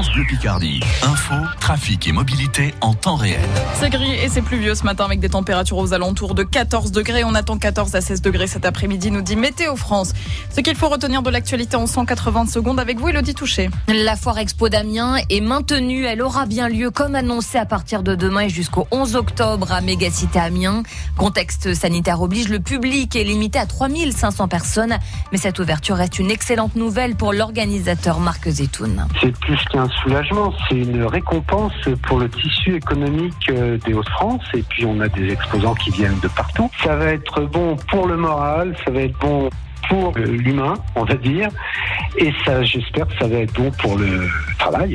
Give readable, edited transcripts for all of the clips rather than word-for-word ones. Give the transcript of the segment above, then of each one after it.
Bleu Picardie. Info, trafic et mobilité en temps réel. C'est gris et c'est pluvieux ce matin avec des températures aux alentours de 14 degrés. On attend 14 à 16 degrés cet après-midi, nous dit Météo France. Ce qu'il faut retenir de l'actualité en 180 secondes avec vous, Elodie Touché. La foire expo d'Amiens est maintenue. Elle aura bien lieu comme annoncé à partir de demain et jusqu'au 11 octobre à Mégacité Amiens. Contexte sanitaire oblige, le public est limité à 3500 personnes. Mais cette ouverture reste une excellente nouvelle pour l'organisateur Marc Zetoun. C'est plus qu'un soulagement, c'est une récompense pour le tissu économique des Hauts-de-France. Et puis on a des exposants qui viennent de partout. Ça va être bon pour le moral, ça va être bon pour l'humain, on va dire. Et ça, j'espère que ça va être bon pour le travail.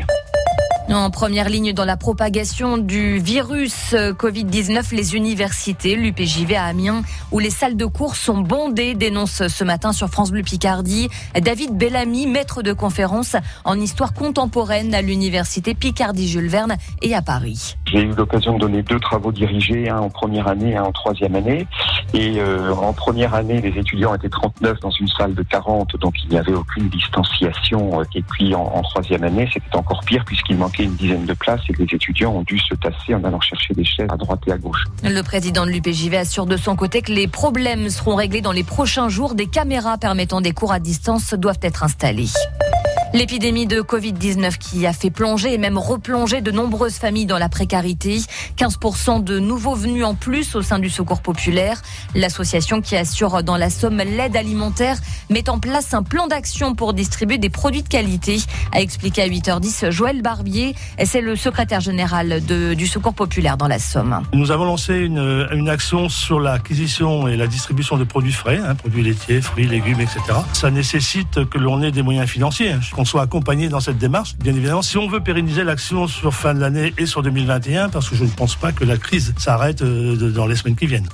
En première ligne dans la propagation du virus Covid-19, les universités, l'UPJV à Amiens, où les salles de cours sont bondées, dénonce ce matin sur France Bleu Picardie David Bellamy, maître de conférence en histoire contemporaine à l'université Picardie-Jules Verne et à Paris. J'ai eu l'occasion de donner 2 travaux dirigés, un en première année, un en troisième année. Et en première année, les étudiants étaient 39 dans une salle de 40, donc il n'y avait aucune distanciation. Et puis en troisième année, c'était encore pire puisqu'il manquait une dizaine de places et les étudiants ont dû se tasser en allant chercher des chaises à droite et à gauche. Le président de l'UPJV assure de son côté que les problèmes seront réglés dans les prochains jours. Des caméras permettant des cours à distance doivent être installées. L'épidémie de Covid-19 qui a fait plonger et même replonger de nombreuses familles dans la précarité. 15% de nouveaux venus en plus au sein du Secours populaire. L'association qui assure dans la Somme l'aide alimentaire met en place un plan d'action pour distribuer des produits de qualité, a expliqué à 8h10 Joël Barbier. C'est le secrétaire général du Secours populaire dans la Somme. Nous avons lancé une action sur l'acquisition et la distribution de produits frais, produits laitiers, fruits, légumes, etc. Ça nécessite que l'on ait des moyens financiers, qu'on soit accompagné dans cette démarche. Bien évidemment, si on veut pérenniser l'action sur fin de l'année et sur 2021, parce que je ne pense pas que la crise s'arrête dans les semaines qui viennent.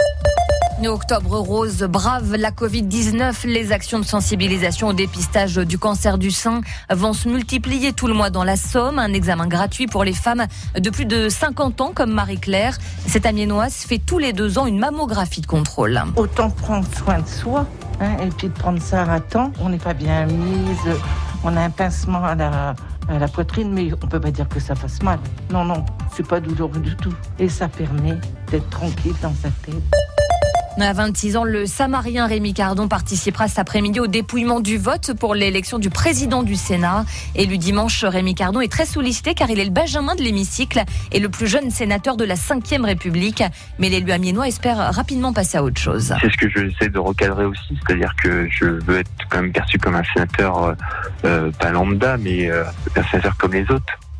Octobre rose brave la Covid-19. Les actions de sensibilisation au dépistage du cancer du sein vont se multiplier tout le mois dans la Somme. Un examen gratuit pour les femmes de plus de 50 ans comme Marie-Claire. Cette Amiénoise fait tous les 2 ans une mammographie de contrôle. Autant prendre soin de soi et puis de prendre ça à temps. On n'est pas bien mise, on a un pincement à la poitrine, mais on peut pas dire que ça fasse mal. Non, c'est pas douloureux du tout. Et ça permet d'être tranquille dans sa tête. À 26 ans, le Samarien Rémi Cardon participera cet après-midi au dépouillement du vote pour l'élection du président du Sénat. Élu dimanche, Rémi Cardon est très sollicité car il est le benjamin de l'hémicycle et le plus jeune sénateur de la 5e République. Mais l'élu amiénois espère rapidement passer à autre chose. C'est ce que j'essaie de recadrer aussi, c'est-à-dire que je veux être quand même perçu comme un sénateur, pas lambda, mais un sénateur comme les autres.